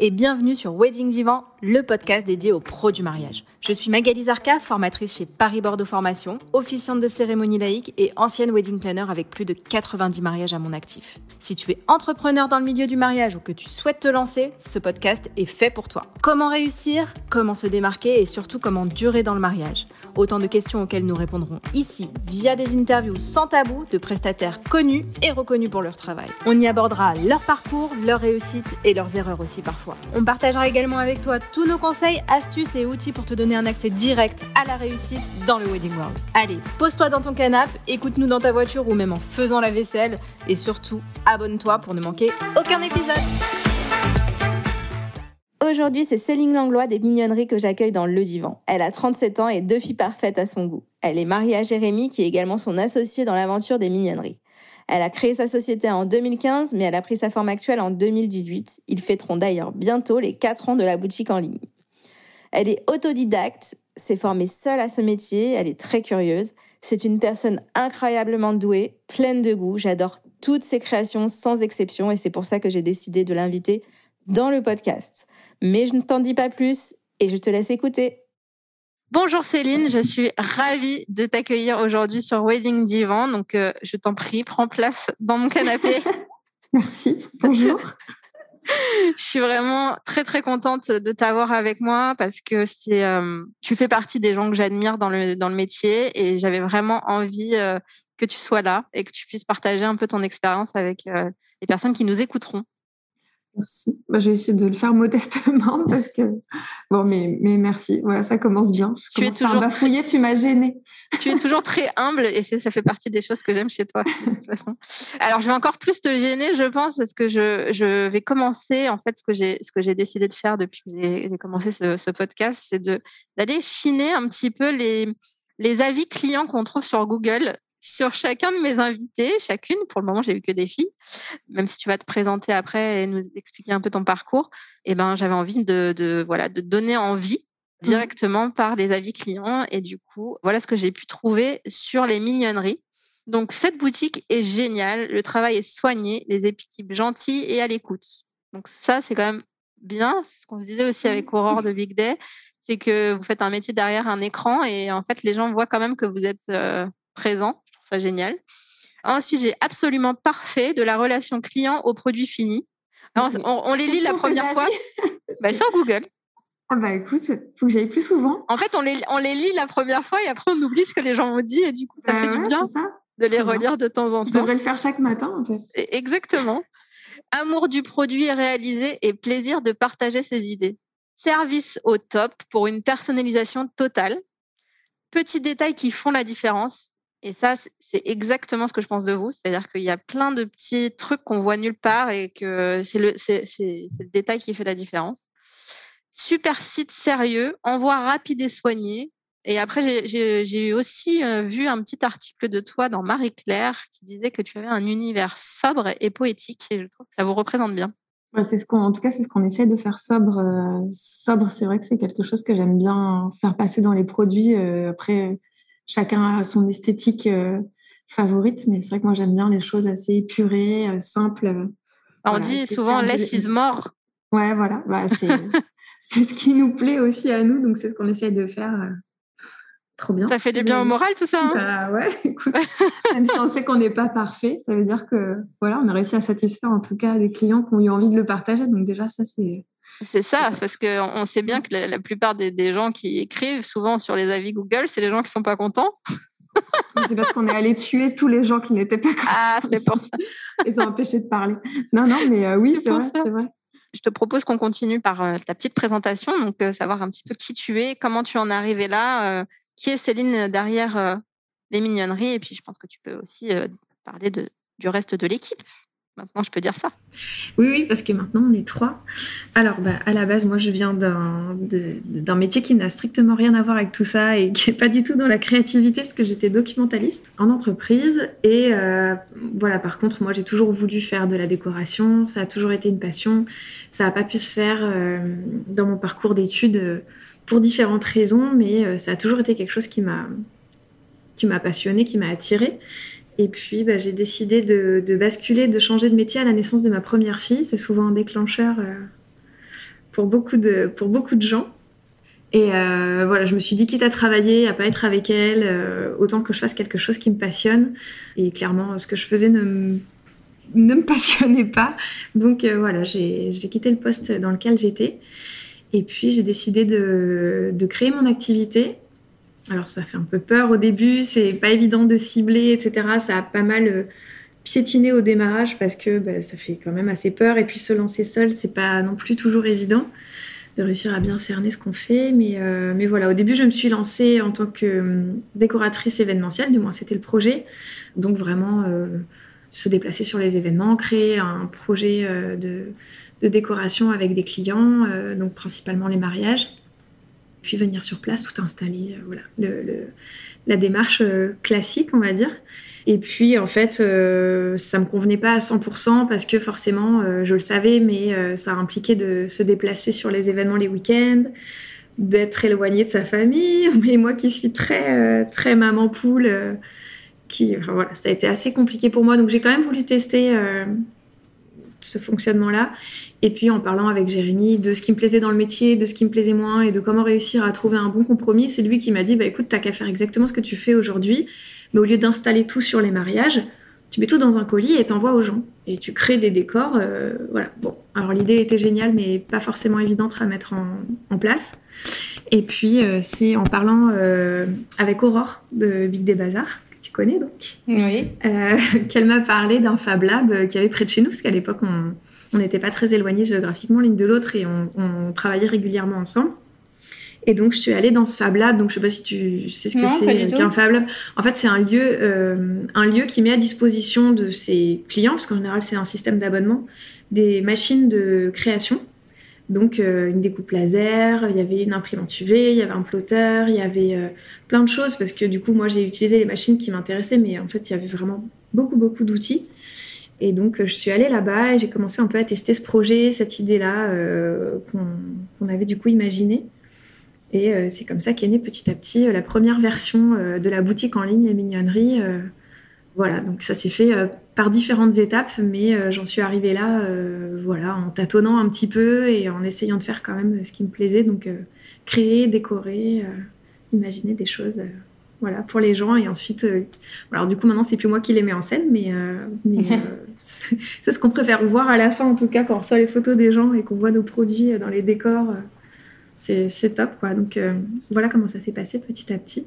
et bienvenue sur Wedding Divan, le podcast dédié aux pros du mariage. Je suis Magali Zarka, formatrice chez Paris Bordeaux Formation, officiante de cérémonie laïque et ancienne wedding planner avec plus de 90 mariages à mon actif. Si tu es entrepreneur dans le milieu du mariage ou que tu souhaites te lancer, ce podcast est fait pour toi. Comment réussir, comment se démarquer et surtout comment durer dans le mariage. Autant de questions auxquelles nous répondrons ici via des interviews sans tabou de prestataires connus et reconnus pour leur travail. On y abordera leur parcours, leurs réussites et leurs erreurs aussi parfois. On partagera également avec toi tous nos conseils, astuces et outils pour te donner un accès direct à la réussite dans le Wedding World. Allez, pose-toi dans ton canapé, écoute-nous dans ta voiture ou même en faisant la vaisselle et surtout, abonne-toi pour ne manquer aucun épisode. Aujourd'hui, c'est Céline Langlois des Mignonneries que j'accueille dans Le Divan. Elle a 37 ans et 2 filles parfaites à son goût. Elle est mariée à Jérémy, qui est également son associé dans l'aventure des Mignonneries. Elle a créé sa société en 2015, mais elle a pris sa forme actuelle en 2018. Ils fêteront d'ailleurs bientôt les 4 ans de la boutique en ligne. Elle est autodidacte, s'est formée seule à ce métier, elle est très curieuse. C'est une personne incroyablement douée, pleine de goût. J'adore toutes ses créations sans exception et c'est pour ça que j'ai décidé de l'inviter dans le podcast. Mais je ne t'en dis pas plus et je te laisse écouter. Bonjour Céline, je suis ravie de t'accueillir aujourd'hui sur Wedding Divan. Donc, je t'en prie, prends place dans mon canapé. Merci, bonjour. Je suis vraiment très, très contente de t'avoir avec moi parce que tu fais partie des gens que j'admire dans le métier et j'avais vraiment envie que tu sois là et que tu puisses partager un peu ton expérience avec les personnes qui nous écouteront. Merci. Je vais essayer de le faire modestement parce que bon, mais merci. Voilà, ça commence bien. Je commence par bafouiller. Tu m'as gênée. Tu es toujours très humble et ça fait partie des choses que j'aime chez toi. De toute façon. Alors, je vais encore plus te gêner, je pense, parce que je vais commencer. En fait, ce que j'ai décidé de faire depuis que j'ai commencé ce podcast, c'est d'aller chiner un petit peu les avis clients qu'on trouve sur Google. Sur chacun de mes invités, chacune, pour le moment, j'ai eu que des filles, même si tu vas te présenter après et nous expliquer un peu ton parcours, j'avais envie de donner envie directement par les avis clients. Et du coup, voilà ce que j'ai pu trouver sur les Mignonneries. Donc, cette boutique est géniale, le travail est soigné, les équipes gentilles et à l'écoute. Donc, ça, c'est quand même bien. C'est ce qu'on se disait aussi avec Aurore de Big Day, c'est que vous faites un métier derrière un écran et en fait, les gens voient quand même que vous êtes présent. Ça génial. Ensuite, j'ai absolument parfait de la relation client au produit fini. Alors, on les lit la première fois sur Google. Écoute, faut que j'aille plus souvent. En fait, on les lit la première fois et après on oublie ce que les gens ont dit et du coup, ça fait du bien de les relire de temps en temps. Je devrais le faire chaque matin, en fait. Exactement. Amour du produit réalisé et plaisir de partager ses idées. Service au top pour une personnalisation totale. Petits détails qui font la différence. Et ça, c'est exactement ce que je pense de vous. C'est-à-dire qu'il y a plein de petits trucs qu'on voit nulle part et que c'est le détail qui fait la différence. Super site sérieux, envoi rapide et soigné. Et après, j'ai aussi vu un petit article de toi dans Marie-Claire qui disait que tu avais un univers sobre et poétique. Et je trouve que ça vous représente bien. En tout cas, c'est ce qu'on essaie de faire sobre. Sobre, c'est vrai que c'est quelque chose que j'aime bien faire passer dans les produits. Après, chacun a son esthétique favorite, mais c'est vrai que moi, j'aime bien les choses assez épurées, simples. On dit souvent « less is more ». Ouais, voilà. C'est ce qui nous plaît aussi à nous, donc c'est ce qu'on essaie de faire. Trop bien. Ça fait du bien au moral, tout ça, hein. Ouais, écoute, même si on sait qu'on n'est pas parfait, ça veut dire que voilà, on a réussi à satisfaire en tout cas des clients qui ont eu envie de le partager. Donc déjà, ça, c'est... C'est ça, parce qu'on sait bien que la plupart des gens qui écrivent souvent sur les avis Google, c'est les gens qui ne sont pas contents. C'est parce qu'on est allé tuer tous les gens qui n'étaient pas contents. Ah, c'est pour ça. Ils ont empêché de parler. Non, mais oui, c'est vrai. Je te propose qu'on continue par ta petite présentation, donc savoir un petit peu qui tu es, comment tu en es arrivée là, qui est Céline derrière les Mignonneries, et puis je pense que tu peux aussi parler du reste de l'équipe. Maintenant, je peux dire ça. Oui, parce que maintenant, on est 3. Alors, à la base, moi, je viens d'un métier qui n'a strictement rien à voir avec tout ça et qui n'est pas du tout dans la créativité, parce que j'étais documentaliste en entreprise. Et voilà, par contre, moi, j'ai toujours voulu faire de la décoration. Ça a toujours été une passion. Ça n'a pas pu se faire dans mon parcours d'études pour différentes raisons, mais ça a toujours été quelque chose qui m'a passionnée, qui m'a attirée. Et puis, j'ai décidé de basculer, de changer de métier à la naissance de ma première fille. C'est souvent un déclencheur pour beaucoup de gens. Et voilà, je me suis dit, quitte à travailler, à pas être avec elle, autant que je fasse quelque chose qui me passionne. Et clairement, ce que je faisais ne me passionnait pas. Donc voilà, j'ai quitté le poste dans lequel j'étais. Et puis, j'ai décidé de créer mon activité. Alors, ça fait un peu peur au début, c'est pas évident de cibler, etc. Ça a pas mal piétiné au démarrage parce que ça fait quand même assez peur. Et puis, se lancer seul, c'est pas non plus toujours évident de réussir à bien cerner ce qu'on fait. Mais voilà, au début, je me suis lancée en tant que décoratrice événementielle, du moins, c'était le projet. Donc, vraiment, se déplacer sur les événements, créer un projet de décoration avec des clients, donc principalement les mariages. Puis venir sur place, tout installer, voilà, la démarche classique, on va dire. Et puis, en fait, ça me convenait pas à 100% parce que forcément, je le savais, mais ça impliquait de se déplacer sur les événements les week-ends, d'être éloigné de sa famille. Mais moi qui suis très, très maman poule, enfin, voilà, ça a été assez compliqué pour moi. Donc, j'ai quand même voulu tester ce fonctionnement-là. Et puis en parlant avec Jérémy de ce qui me plaisait dans le métier, de ce qui me plaisait moins et de comment réussir à trouver un bon compromis, c'est lui qui m'a dit écoute, t'as qu'à faire exactement ce que tu fais aujourd'hui, mais au lieu d'installer tout sur les mariages, tu mets tout dans un colis et t'envoies aux gens. Et tu crées des décors. Voilà. Bon, alors l'idée était géniale, mais pas forcément évidente à mettre en place. Et puis c'est en parlant avec Aurore de Big Day Bazaar, que tu connais donc, oui. Qu'elle m'a parlé d'un Fab Lab qui avait près de chez nous, parce qu'à l'époque, on n'était pas très éloignés géographiquement l'une de l'autre et on travaillait régulièrement ensemble. Et donc, je suis allée dans ce Fab Lab. Donc, je ne sais pas si tu sais ce que c'est qu'un Fab Lab. En fait, c'est un lieu qui met à disposition de ses clients, parce qu'en général, c'est un système d'abonnement, des machines de création. Donc, une découpe laser, il y avait une imprimante UV, il y avait un plotter, il y avait plein de choses, parce que du coup, moi, j'ai utilisé les machines qui m'intéressaient, mais en fait, il y avait vraiment beaucoup, beaucoup d'outils. Et donc, je suis allée là-bas et j'ai commencé un peu à tester ce projet, cette idée-là qu'on avait du coup imaginée. Et c'est comme ça qu'est née petit à petit la première version de la boutique en ligne Les Mignonneries. Voilà, donc ça s'est fait par différentes étapes, mais j'en suis arrivée là voilà, en tâtonnant un petit peu et en essayant de faire quand même ce qui me plaisait. Donc, créer, décorer, imaginer des choses... Voilà, pour les gens. Et ensuite, alors du coup, maintenant, c'est plus moi qui les mets en scène, mais c'est ce qu'on préfère voir à la fin, en tout cas, quand on reçoit les photos des gens et qu'on voit nos produits dans les décors. C'est top, quoi. Donc, voilà comment ça s'est passé petit à petit.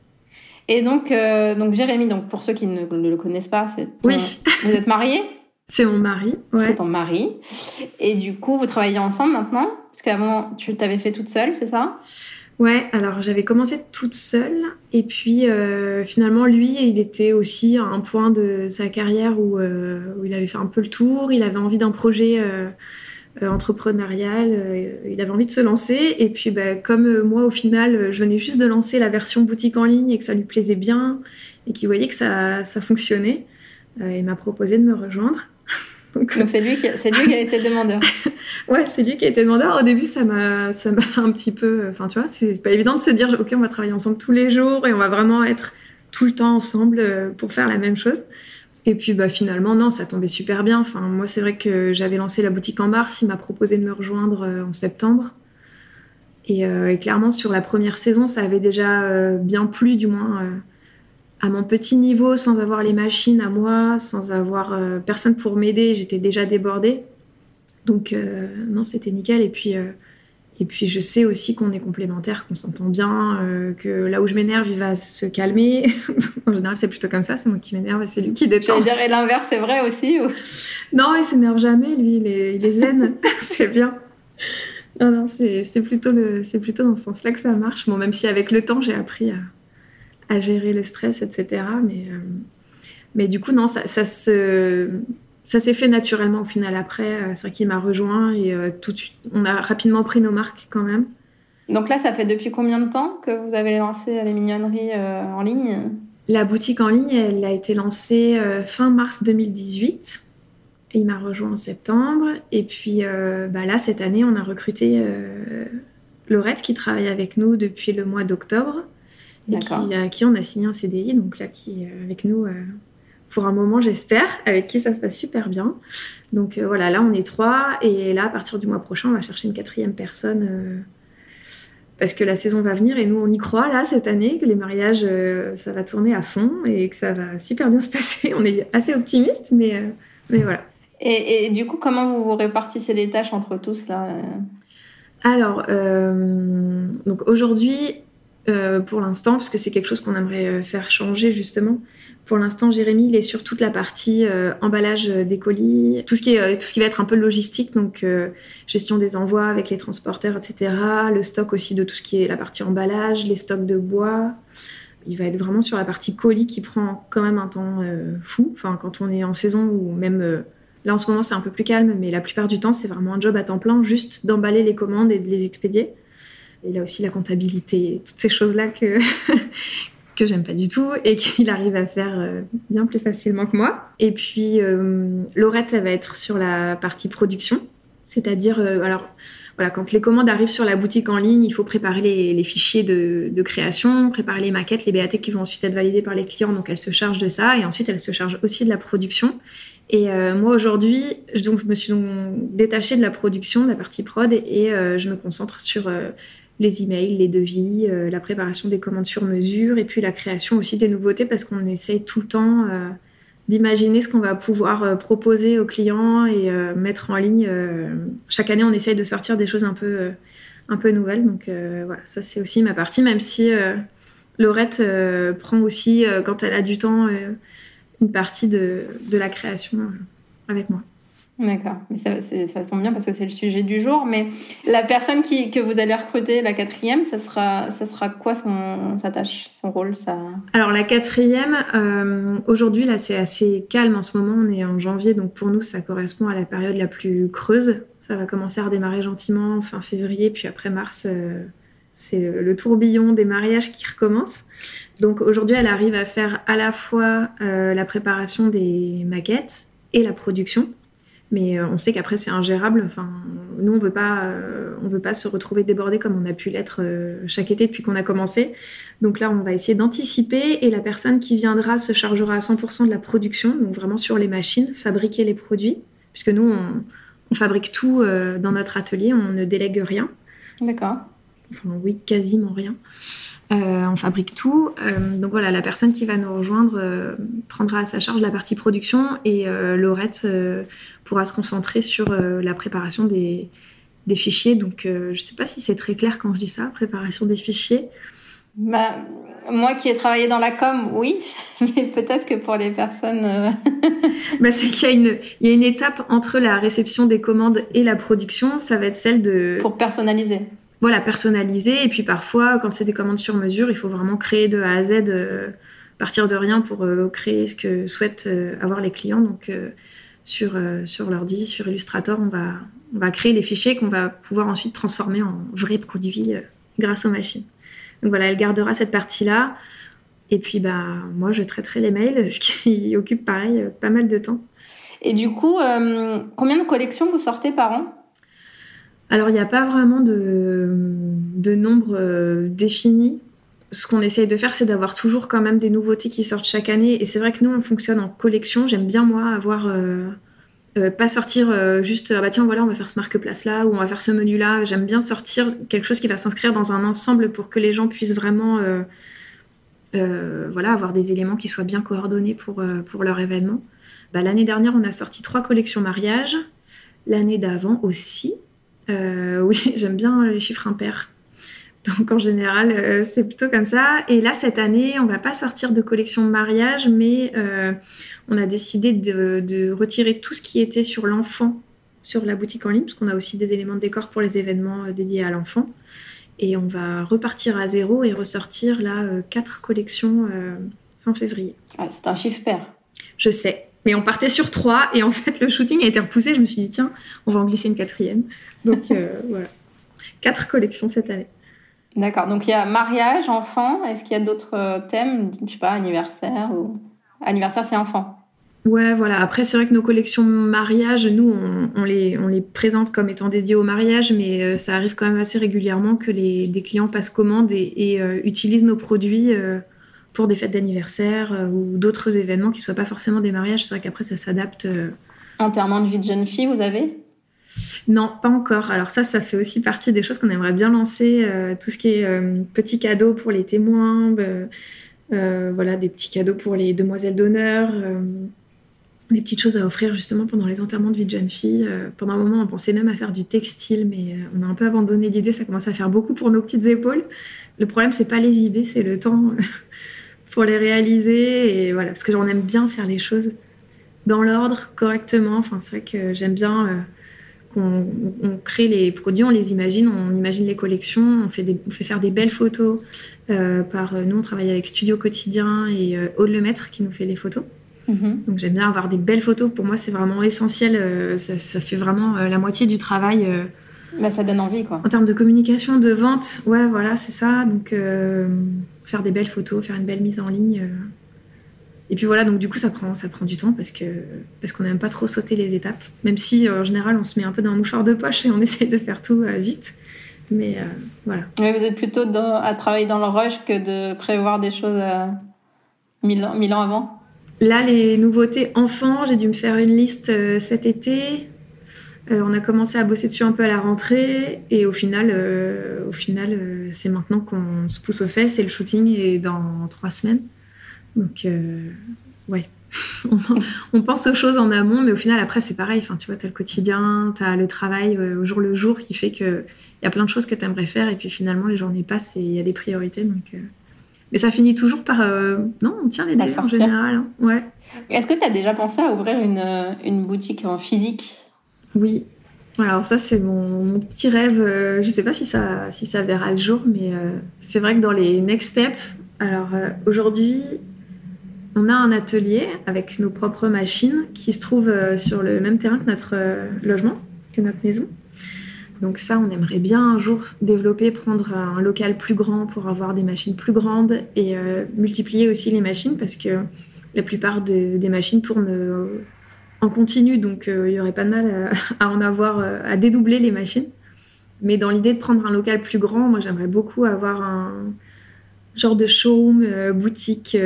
Et donc Jérémy, donc pour ceux qui ne le connaissent pas, Oui. Vous êtes mariés ? C'est mon mari, ouais. C'est ton mari. Et du coup, vous travaillez ensemble maintenant ? Parce qu'avant, tu t'avais fait toute seule, c'est ça ? Ouais, alors j'avais commencé toute seule et puis finalement lui, il était aussi à un point de sa carrière où il avait fait un peu le tour, il avait envie d'un projet entrepreneurial, il avait envie de se lancer et puis comme moi au final, je venais juste de lancer la version boutique en ligne et que ça lui plaisait bien et qu'il voyait que ça fonctionnait, il m'a proposé de me rejoindre. Donc c'est lui qui a été demandeur. Ouais, c'est lui qui a été demandeur. Au début, ça m'a un petit peu... Enfin, tu vois, c'est pas évident de se dire, OK, on va travailler ensemble tous les jours et on va vraiment être tout le temps ensemble pour faire la même chose. Et puis, finalement, non, ça tombait super bien. Enfin, moi, c'est vrai que j'avais lancé la boutique en mars. Il m'a proposé de me rejoindre en septembre. Et clairement, sur la première saison, ça avait déjà bien plu, du moins... à mon petit niveau, sans avoir les machines à moi, sans avoir personne pour m'aider, j'étais déjà débordée. Donc non, c'était nickel. Et puis je sais aussi qu'on est complémentaires, qu'on s'entend bien, que là où je m'énerve, il va se calmer. En général, c'est plutôt comme ça, c'est moi qui m'énerve et c'est lui qui détend. J'allais dire, et l'inverse, c'est vrai aussi ou... Non, il s'énerve jamais, lui, il est zen. C'est bien. Non, c'est plutôt dans ce sens-là que ça marche. Bon, même si avec le temps, j'ai appris à gérer le stress, etc. Mais du coup, non, ça s'est fait naturellement au final après. C'est vrai qu'il m'a rejoint et tout de suite, on a rapidement pris nos marques quand même. Donc là, ça fait depuis combien de temps que vous avez lancé Les Mignonneries en ligne ? La boutique en ligne, elle a été lancée fin mars 2018. Et il m'a rejoint en septembre. Et puis là, cette année, on a recruté Laurette qui travaille avec nous depuis le mois d'octobre. Et à qui on a signé un CDI, donc là, qui est avec nous pour un moment, j'espère, avec qui ça se passe super bien. Donc voilà, là, on est 3. Et là, à partir du mois prochain, on va chercher une 4e personne parce que la saison va venir et nous, on y croit, là, cette année, que les mariages, ça va tourner à fond et que ça va super bien se passer. On est assez optimistes, mais voilà. Et du coup, comment vous répartissez les tâches entre tous, là? Alors, donc aujourd'hui, pour l'instant, parce que c'est quelque chose qu'on aimerait faire changer justement, pour l'instant, Jérémy, il est sur toute la partie emballage des colis, tout ce qui va être un peu logistique, donc gestion des envois avec les transporteurs, etc. Le stock aussi de tout ce qui est la partie emballage, les stocks de bois. Il va être vraiment sur la partie colis qui prend quand même un temps fou. Enfin, quand on est en saison ou même... Là, en ce moment, c'est un peu plus calme, mais la plupart du temps, c'est vraiment un job à temps plein, juste d'emballer les commandes et de les expédier. Et là aussi, la comptabilité, toutes ces choses-là que j'aime pas du tout et qu'il arrive à faire bien plus facilement que moi. Et puis, Laurette, elle va être sur la partie production. C'est-à-dire, alors, voilà, quand les commandes arrivent sur la boutique en ligne, il faut préparer les fichiers de création, préparer les maquettes, les BAT qui vont ensuite être validés par les clients. Donc, elle se charge de ça. Et ensuite, elle se charge aussi de la production. Et moi, aujourd'hui, je me suis donc détachée de la production, de la partie prod, et je me concentre sur les emails, les devis, la préparation des commandes sur mesure, et puis la création aussi des nouveautés, parce qu'on essaye tout le temps d'imaginer ce qu'on va pouvoir proposer aux clients et mettre en ligne. Chaque année, on essaye de sortir des choses un peu nouvelles. Donc voilà, ça, c'est aussi ma partie, même si Laurette prend aussi, quand elle a du temps... une partie de la création avec moi. D'accord, mais ça tombe bien parce que c'est le sujet du jour. Mais la personne que vous allez recruter, la 4e, ça sera quoi sa tâche, son rôle, ça... Alors la 4e, aujourd'hui là c'est assez calme en ce moment, on est en janvier, donc pour nous ça correspond à la période la plus creuse. Ça va commencer à redémarrer gentiment fin février, puis après mars, c'est le tourbillon des mariages qui recommence. Donc aujourd'hui, elle arrive à faire à la fois la préparation des maquettes et la production. Mais on sait qu'après, c'est ingérable. Enfin, nous, on veut pas se retrouver débordés comme on a pu l'être chaque été depuis qu'on a commencé. Donc là, on va essayer d'anticiper et la personne qui viendra se chargera à 100% de la production, donc vraiment sur les machines, fabriquer les produits. Puisque nous, on fabrique tout dans notre atelier, on ne délègue rien. D'accord. Enfin, oui, quasiment rien. On fabrique tout. Donc voilà, la personne qui va nous rejoindre prendra à sa charge la partie production et Laurette pourra se concentrer sur la préparation des fichiers. Donc je ne sais pas si c'est très clair quand je dis ça, préparation des fichiers. Bah, moi qui ai travaillé dans la com, oui, mais peut-être que pour les personnes... C'est qu'il y a une étape entre la réception des commandes et la production, ça va être celle de... Pour personnaliser. Voilà, personnaliser. Et puis parfois, quand c'est des commandes sur mesure, il faut vraiment créer de A à Z, partir de rien pour créer ce que souhaitent avoir les clients. Donc sur l'ordi, sur Illustrator, on va créer les fichiers qu'on va pouvoir ensuite transformer en vrais produits grâce aux machines. Donc voilà, elle gardera cette partie-là. Et puis moi, je traiterai les mails, ce qui occupe pareil pas mal de temps. Et du coup, combien de collections vous sortez par an ? Alors, il n'y a pas vraiment de nombre défini. Ce qu'on essaye de faire, c'est d'avoir toujours quand même des nouveautés qui sortent chaque année. Et c'est vrai que nous, on fonctionne en collection. J'aime bien, moi, avoir... pas sortir juste, tiens, voilà, on va faire ce marque-place-là ou on va faire ce menu-là. J'aime bien sortir quelque chose qui va s'inscrire dans un ensemble pour que les gens puissent vraiment avoir des éléments qui soient bien coordonnés pour leur événement. L'année dernière, on a sorti 3 collections mariage. L'année d'avant aussi. Oui, j'aime bien les chiffres impairs. Donc en général, c'est plutôt comme ça. Et là, cette année, on va pas sortir de collection de mariage, mais on a décidé de retirer tout ce qui était sur l'enfant sur la boutique en ligne, parce qu'on a aussi des éléments de décor pour les événements dédiés à l'enfant. Et on va repartir à zéro et ressortir là 4 collections fin février. Ah, c'est un chiffre pair. Je sais. Mais on partait sur 3 et en fait, le shooting a été repoussé. Je me suis dit, tiens, on va en glisser une 4e. Donc voilà, 4 collections cette année. D'accord, donc il y a mariage, enfant. Est-ce qu'il y a d'autres thèmes ? Je sais pas, anniversaire ou... Anniversaire, c'est enfant. Ouais, voilà. Après, c'est vrai que nos collections mariage, nous, on les présente comme étant dédiées au mariage, mais ça arrive quand même assez régulièrement que des clients passent commande et utilisent nos produits pour des fêtes d'anniversaire ou d'autres événements qui ne soient pas forcément des mariages. C'est vrai qu'après, ça s'adapte. Enterrement de vie de jeune fille, vous avez ? Non, pas encore. Alors ça fait aussi partie des choses qu'on aimerait bien lancer. Tout ce qui est petits cadeaux pour les témoins, voilà, des petits cadeaux pour les demoiselles d'honneur, des petites choses à offrir justement pendant les enterrements de vie de jeune fille. Pendant un moment, on pensait même à faire du textile, mais on a un peu abandonné l'idée. Ça commence à faire beaucoup pour nos petites épaules. Le problème, c'est pas les idées, c'est le temps pour les réaliser. Et voilà, parce que on aime bien faire les choses dans l'ordre, correctement. Enfin, c'est vrai que j'aime bien qu'on crée les produits, on imagine les collections, on fait faire des belles photos. Nous, on travaille avec Studio Quotidien et Aude Lemaître qui nous fait les photos. Donc j'aime bien avoir des belles photos. Pour moi, c'est vraiment essentiel. Ça fait vraiment la moitié du travail. Ça donne envie, quoi. En termes de communication, de vente, ouais, voilà, c'est ça. Donc faire des belles photos, faire une belle mise en ligne. Et puis voilà, donc du coup, ça prend du temps parce qu'on n'aime pas trop sauter les étapes. Même si, en général, on se met un peu dans un mouchoir de poche et on essaye de faire tout vite. Mais voilà. Oui, vous êtes plutôt à travailler dans le rush que de prévoir des choses 1000 ans avant. Là, les nouveautés enfants, j'ai dû me faire une liste cet été. On a commencé à bosser dessus un peu à la rentrée. Et au final, c'est maintenant qu'on se pousse aux fesses et le shooting est dans 3 semaines. Donc, ouais. On pense aux choses en amont, mais au final, après, c'est pareil. Enfin, tu vois, t'as le quotidien, t'as le travail au jour le jour qui fait qu'il y a plein de choses que t'aimerais faire. Et puis finalement, les journées passent et il y a des priorités. Donc... Mais ça finit toujours par... Non, on tient les délais en général. Hein. Ouais. Est-ce que tu as déjà pensé à ouvrir une boutique en physique ? Oui. Alors ça, c'est mon petit rêve. Je ne sais pas si ça verra le jour, mais c'est vrai que dans les next steps... Alors aujourd'hui, on a un atelier avec nos propres machines qui se trouve sur le même terrain que notre logement, que notre maison. Donc ça, on aimerait bien un jour développer, prendre un local plus grand pour avoir des machines plus grandes et multiplier aussi les machines parce que la plupart des machines tournent en continu, donc il n'y aurait pas de mal à en avoir, à dédoubler les machines. Mais dans l'idée de prendre un local plus grand, moi j'aimerais beaucoup avoir un genre de showroom, boutique,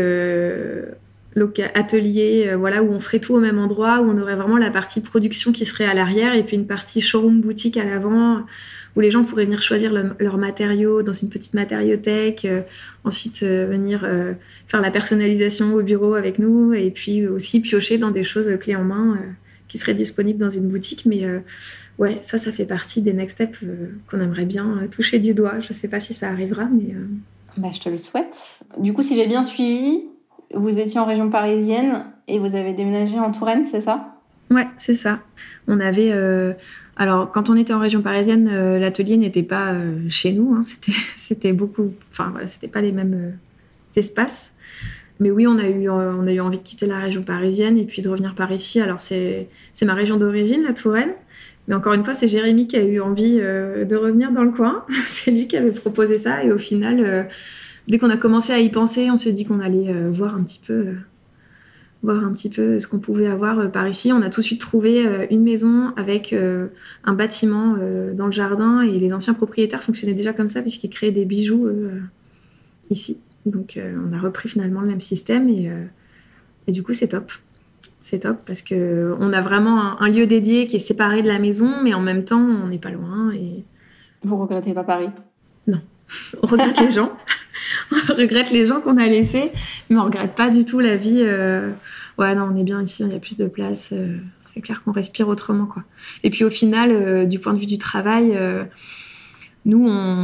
atelier, voilà, où on ferait tout au même endroit, où on aurait vraiment la partie production qui serait à l'arrière et puis une partie showroom boutique à l'avant où les gens pourraient venir choisir leurs matériaux dans une petite matériothèque, ensuite venir faire la personnalisation au bureau avec nous et puis aussi piocher dans des choses clés en main qui seraient disponibles dans une boutique. Mais ouais, ça fait partie des next steps qu'on aimerait bien toucher du doigt. Je sais pas si ça arrivera, mais... je te le souhaite. Du coup, si j'ai bien suivi, vous étiez en région parisienne et vous avez déménagé en Touraine, c'est ça ? Ouais, c'est ça. On avait... Alors, quand on était en région parisienne, l'atelier n'était pas chez nous. Hein. C'était beaucoup... Enfin, voilà, c'était pas les mêmes espaces. Mais oui, on a eu envie de quitter la région parisienne et puis de revenir par ici. Alors, c'est ma région d'origine, la Touraine. Mais encore une fois, c'est Jérémy qui a eu envie de revenir dans le coin. C'est lui qui avait proposé ça. Et au final... Dès qu'on a commencé à y penser, on s'est dit qu'on allait voir un petit peu ce qu'on pouvait avoir par ici. On a tout de suite trouvé une maison avec un bâtiment dans le jardin et les anciens propriétaires fonctionnaient déjà comme ça puisqu'ils créaient des bijoux ici. Donc on a repris finalement le même système et du coup c'est top. C'est top parce qu'on a vraiment un lieu dédié qui est séparé de la maison mais en même temps on n'est pas loin. Et... Vous regrettez pas Paris ? Non, on regrette les gens. On regrette les gens qu'on a laissés, mais on regrette pas du tout la vie. Ouais, non, on est bien ici, il y a plus de place. C'est clair qu'on respire autrement, quoi. Et puis au final, du point de vue du travail, nous,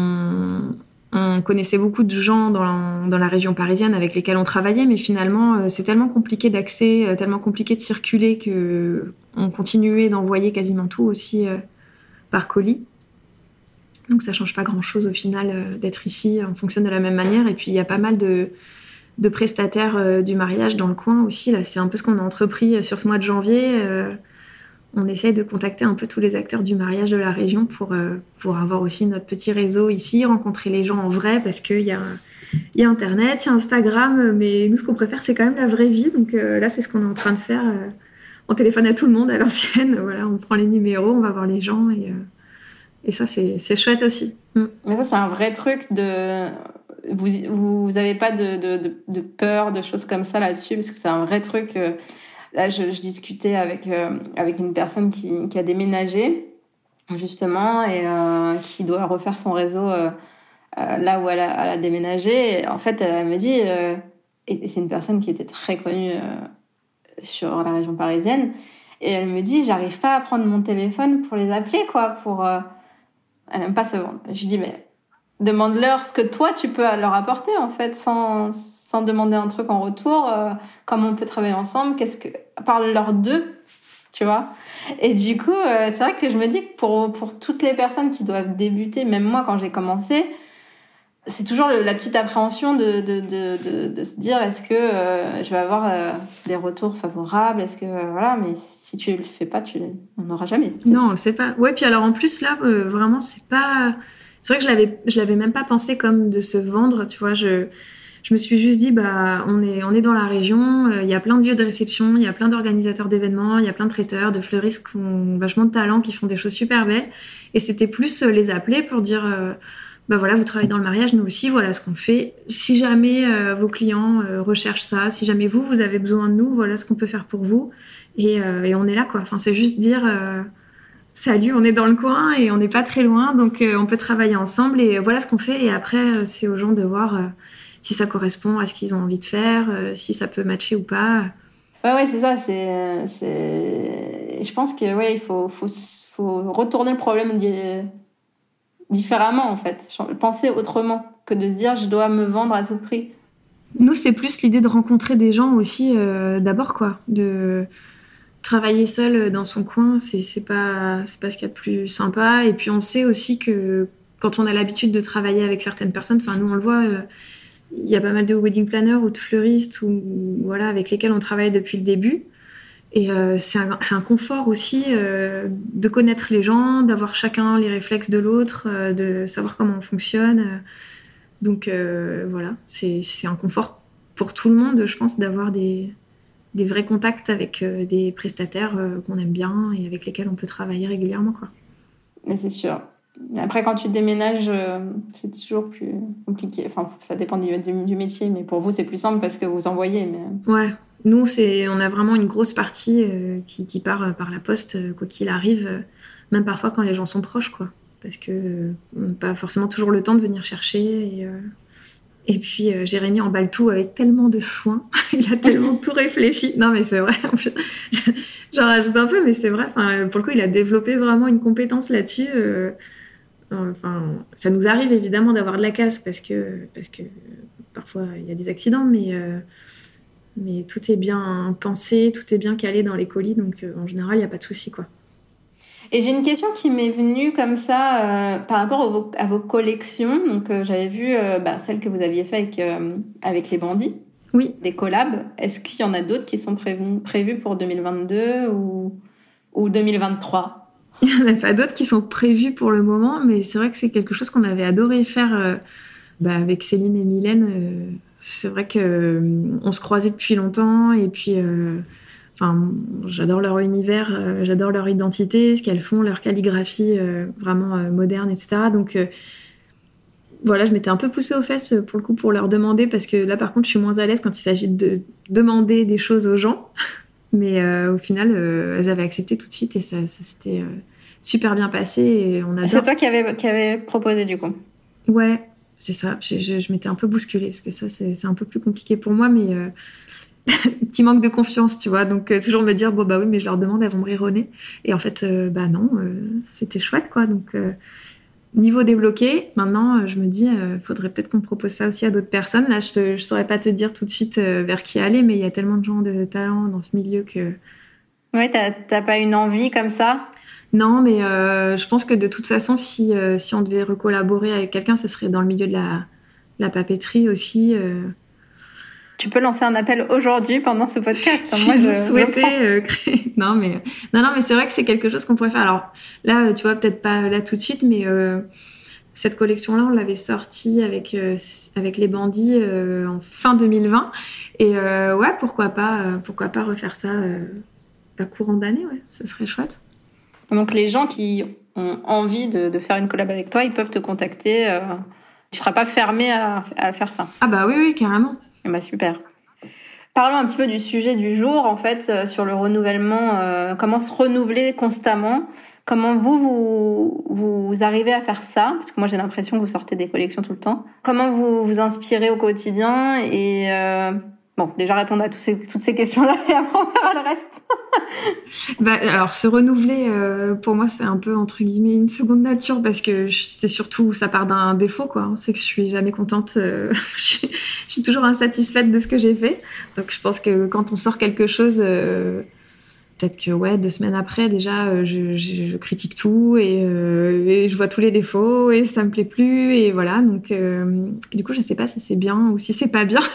on connaissait beaucoup de gens dans la région parisienne avec lesquels on travaillait, mais finalement, c'est tellement compliqué d'accès, tellement compliqué de circuler qu'on continuait d'envoyer quasiment tout aussi par colis. Donc ça change pas grand-chose au final d'être ici, on fonctionne de la même manière. Et puis il y a pas mal de prestataires du mariage dans le coin aussi. Là, c'est un peu ce qu'on a entrepris sur ce mois de janvier. On essaye de contacter un peu tous les acteurs du mariage de la région pour avoir aussi notre petit réseau ici, rencontrer les gens en vrai parce qu'il y a Internet, il y a Instagram, mais nous ce qu'on préfère c'est quand même la vraie vie. Donc là c'est ce qu'on est en train de faire. On téléphone à tout le monde à l'ancienne, voilà, on prend les numéros, on va voir les gens et ça, c'est chouette aussi. Mais ça, c'est un vrai truc vous avez pas de peur, de choses comme ça là-dessus, parce que c'est un vrai truc. Là, je discutais avec une personne qui a déménagé, justement, et qui doit refaire son réseau là où elle a déménagé. Et en fait, elle me dit, et c'est une personne qui était très connue sur la région parisienne, et elle me dit, j'arrive pas à prendre mon téléphone pour les appeler, quoi, elle n'aime pas se vendre. Je lui dis, mais demande-leur ce que toi tu peux leur apporter, en fait, sans demander un truc en retour, comment on peut travailler ensemble, parle-leur d'eux, tu vois. Et du coup, c'est vrai que je me dis que pour toutes les personnes qui doivent débuter, même moi quand j'ai commencé, c'est toujours la petite appréhension de se dire, est-ce que je vais avoir des retours favorables, est-ce que voilà, mais si tu le fais pas, tu n'en auras jamais. Non, on le sait pas. Ouais, puis alors en plus là, vraiment, c'est vrai que je l'avais même pas pensé comme de se vendre, tu vois. Je me suis juste dit, on est dans la région, il y a plein de lieux de réception, il y a plein d'organisateurs d'événements, il y a plein de traiteurs, de fleuristes qui ont vachement de talent, qui font des choses super belles. Et c'était plus les appeler pour dire, voilà, vous travaillez dans le mariage, nous aussi, voilà ce qu'on fait. Si jamais vos clients recherchent ça, si jamais vous avez besoin de nous, voilà ce qu'on peut faire pour vous. Et on est là, quoi. Enfin, c'est juste dire... salut, on est dans le coin et on n'est pas très loin, donc on peut travailler ensemble et voilà ce qu'on fait. Et après, c'est aux gens de voir si ça correspond à ce qu'ils ont envie de faire, si ça peut matcher ou pas. Ouais, c'est ça. Je pense que il faut retourner le problème différemment, en fait. Penser autrement que de se dire je dois me vendre à tout prix. Nous, c'est plus l'idée de rencontrer des gens aussi d'abord, quoi. De travailler seul dans son coin, c'est pas ce qu'il y a de plus sympa. Et puis on sait aussi que quand on a l'habitude de travailler avec certaines personnes, enfin nous on le voit, il y a pas mal de wedding planners ou de fleuristes voilà, avec lesquels on travaille depuis le début. Et c'est un confort aussi de connaître les gens, d'avoir chacun les réflexes de l'autre, de savoir comment on fonctionne. Donc voilà, c'est un confort pour tout le monde, je pense, d'avoir des vrais contacts avec des prestataires qu'on aime bien et avec lesquels on peut travailler régulièrement, quoi. Mais c'est sûr. Après, quand tu déménages, c'est toujours plus compliqué. Enfin, ça dépend du métier, mais pour vous, c'est plus simple parce que vous envoyez. Mais... Ouais, nous, on a vraiment une grosse partie qui part par la poste, quoi qu'il arrive, même parfois quand les gens sont proches, quoi. Parce que on n'a pas forcément toujours le temps de venir chercher. Et puis, Jérémy emballe tout avec tellement de soin. Il a tellement tout réfléchi. Non, mais c'est vrai. J'en rajoute un peu, mais c'est vrai. Enfin, pour le coup, il a développé vraiment une compétence là-dessus. Enfin, ça nous arrive évidemment d'avoir de la casse parce que parfois, il y a des accidents, mais tout est bien pensé, tout est bien calé dans les colis. Donc, en général, il n'y a pas de souci, quoi. Et j'ai une question qui m'est venue comme ça par rapport à vos collections. Donc, j'avais vu celle que vous aviez faite avec les bandits. Oui. Des collabs. Est-ce qu'il y en a d'autres qui sont prévus pour 2022 ou 2023 ? Il n'y en a pas d'autres qui sont prévus pour le moment, mais c'est vrai que c'est quelque chose qu'on avait adoré faire avec Céline et Mylène. C'est vrai qu'on se croisait depuis longtemps et puis... j'adore leur univers, j'adore leur identité, ce qu'elles font, leur calligraphie vraiment moderne, etc. Donc voilà, je m'étais un peu poussée aux fesses pour le coup pour leur demander, parce que là par contre je suis moins à l'aise quand il s'agit de demander des choses aux gens. Mais au final, elles avaient accepté tout de suite et ça s'était super bien passé. Et on adore. C'est toi qui avais proposé du coup. Ouais, c'est ça. Je m'étais un peu bousculée parce que ça c'est un peu plus compliqué pour moi, mais... petit manque de confiance, tu vois, donc toujours me dire oui, mais je leur demande, elles vont me rire au nez, et en fait non, c'était chouette, quoi. Donc niveau débloqué, maintenant je me dis faudrait peut-être qu'on propose ça aussi à d'autres personnes. Là je saurais pas te dire tout de suite vers qui aller, mais il y a tellement de gens de talent dans ce milieu que... Ouais, t'as pas une envie comme ça? Non, mais je pense que de toute façon, si on devait recollaborer avec quelqu'un, ce serait dans le milieu de la papeterie aussi. Tu peux lancer un appel aujourd'hui pendant ce podcast. Si vous souhaitez créer... Non, mais c'est vrai que c'est quelque chose qu'on pourrait faire. Alors là, tu vois, peut-être pas là tout de suite, mais cette collection-là, on l'avait sortie avec les bandits en fin 2020. Et pourquoi pas refaire ça à courant d'année, ouais, ça serait chouette. Donc les gens qui ont envie de faire une collab avec toi, ils peuvent te contacter Tu seras pas fermée à faire ça. Ah bah oui, carrément. Bah super. Parlons un petit peu du sujet du jour, en fait, sur le renouvellement, comment se renouveler constamment. Comment vous arrivez à faire ça? Parce que moi, j'ai l'impression que vous sortez des collections tout le temps. Comment vous vous inspirez au quotidien? Et bon, déjà répondre à toutes ces questions-là et après on verra le reste. Alors, se renouveler, pour moi, c'est un peu, entre guillemets, une seconde nature parce que c'est surtout, ça part d'un défaut, quoi. C'est que je suis jamais contente. Je suis toujours insatisfaite de ce que j'ai fait. Donc, je pense que quand on sort quelque chose, peut-être que 2 semaines après, déjà, je critique tout et je vois tous les défauts et ça me plaît plus et voilà. Donc, du coup, je sais pas si c'est bien ou si c'est pas bien,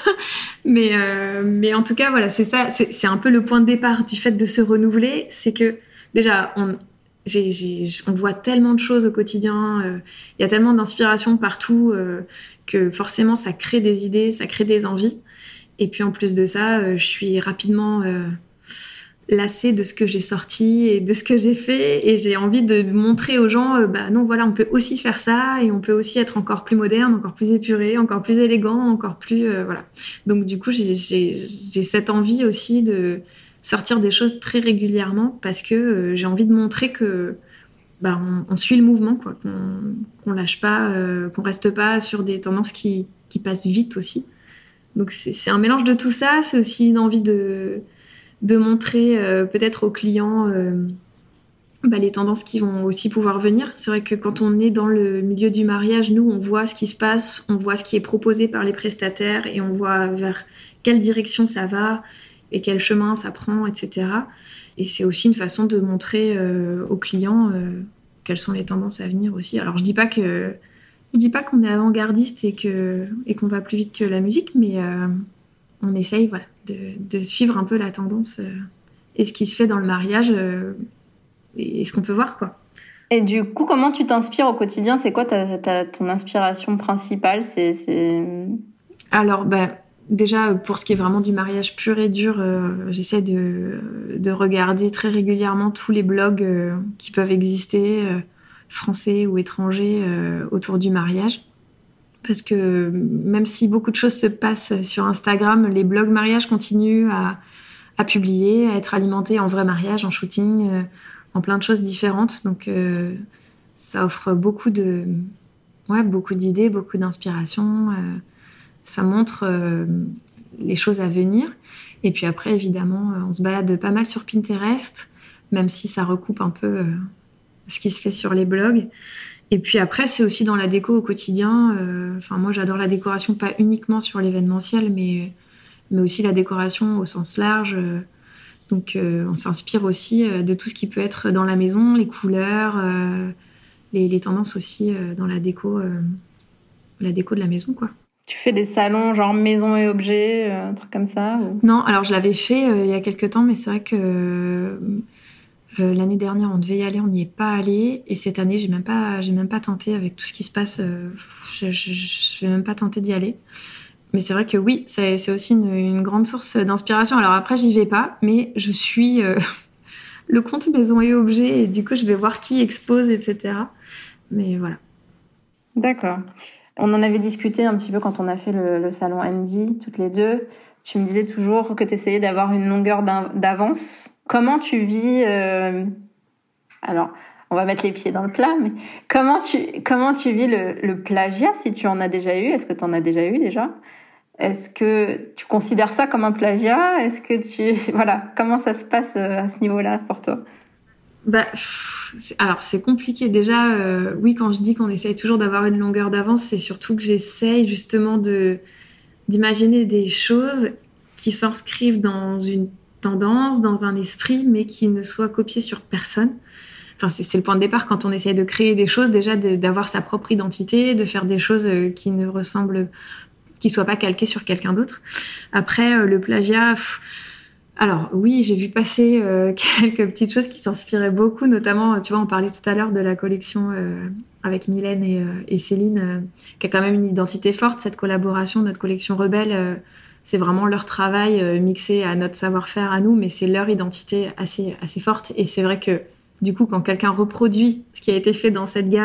mais en tout cas, voilà, c'est ça. C'est un peu le point de départ du fait de se renouveler, c'est que déjà, on voit tellement de choses au quotidien, il y a tellement d'inspiration partout que forcément, ça crée des idées, ça crée des envies. Et puis en plus de ça, je suis rapidement lassée de ce que j'ai sorti et de ce que j'ai fait et j'ai envie de montrer aux gens non voilà, on peut aussi faire ça et on peut aussi être encore plus moderne, encore plus épuré, encore plus élégant, encore plus voilà. Donc du coup j'ai cette envie aussi de sortir des choses très régulièrement parce que j'ai envie de montrer que on suit le mouvement, quoi, qu'on lâche pas, qu'on reste pas sur des tendances qui passent vite aussi. Donc c'est un mélange de tout ça, c'est aussi une envie de montrer peut-être aux clients les tendances qui vont aussi pouvoir venir. C'est vrai que quand on est dans le milieu du mariage, nous, on voit ce qui se passe, on voit ce qui est proposé par les prestataires et on voit vers quelle direction ça va et quel chemin ça prend, etc. Et c'est aussi une façon de montrer aux clients quelles sont les tendances à venir aussi. Alors, je dis pas qu'on est avant-gardiste et qu'on va plus vite que la musique, mais on essaye de suivre un peu la tendance et ce qui se fait dans le mariage et ce qu'on peut voir, quoi. Et du coup, comment tu t'inspires au quotidien? C'est quoi ton inspiration principale? Alors, déjà, pour ce qui est vraiment du mariage pur et dur, j'essaie de regarder très régulièrement tous les blogs qui peuvent exister, français ou étrangers, autour du mariage. Parce que même si beaucoup de choses se passent sur Instagram, les blogs mariage continuent à publier, à être alimentés en vrai mariage, en shooting, en plein de choses différentes. Donc ça offre beaucoup d'idées, beaucoup d'inspiration. Ça montre les choses à venir. Et puis après, évidemment, on se balade pas mal sur Pinterest, même si ça recoupe un peu ce qui se fait sur les blogs. Et puis après, c'est aussi dans la déco au quotidien. Moi, j'adore la décoration, pas uniquement sur l'événementiel, mais aussi la décoration au sens large. Donc, on s'inspire aussi de tout ce qui peut être dans la maison, les couleurs, les tendances aussi dans la déco de la maison, quoi. Tu fais des salons genre maison et objets, un truc comme ça ou... Non, alors je l'avais fait il y a quelques temps, mais c'est vrai que l'année dernière, on devait y aller, on n'y est pas allé. Et cette année, j'ai même pas tenté avec tout ce qui se passe. Je vais même pas tenter d'y aller. Mais c'est vrai que oui, c'est aussi une grande source d'inspiration. Alors après, j'y vais pas, mais je suis le compte maison et objets et du coup, je vais voir qui expose, etc. Mais voilà. D'accord. On en avait discuté un petit peu quand on a fait le salon Andy, toutes les deux. Tu me disais toujours que tu essayais d'avoir une longueur d'avance. Comment tu vis... Alors, on va mettre les pieds dans le plat, mais comment tu vis le plagiat, si tu en as déjà eu? Est-ce que tu en as déjà eu déjà? Est-ce que tu considères ça comme un plagiat? Est-ce que voilà, comment ça se passe à ce niveau-là pour toi? Alors, c'est compliqué. Déjà, oui, quand je dis qu'on essaye toujours d'avoir une longueur d'avance, c'est surtout que j'essaye justement d'imaginer des choses qui s'inscrivent dans une tendance, dans un esprit, mais qui ne soient copiées sur personne. Enfin, c'est le point de départ quand on essaye de créer des choses, déjà d'avoir sa propre identité, de faire des choses qui soient pas calquées sur quelqu'un d'autre. Après, le plagiat... Alors oui, j'ai vu passer quelques petites choses qui s'inspiraient beaucoup, notamment, tu vois, on parlait tout à l'heure de la collection avec Mylène et Céline, qui a quand même une identité forte, cette collaboration, notre collection Rebelle, c'est vraiment leur travail mixé à notre savoir-faire à nous, mais c'est leur identité assez forte. Et c'est vrai que du coup, quand quelqu'un reproduit ce qui a été fait dans cette gamme,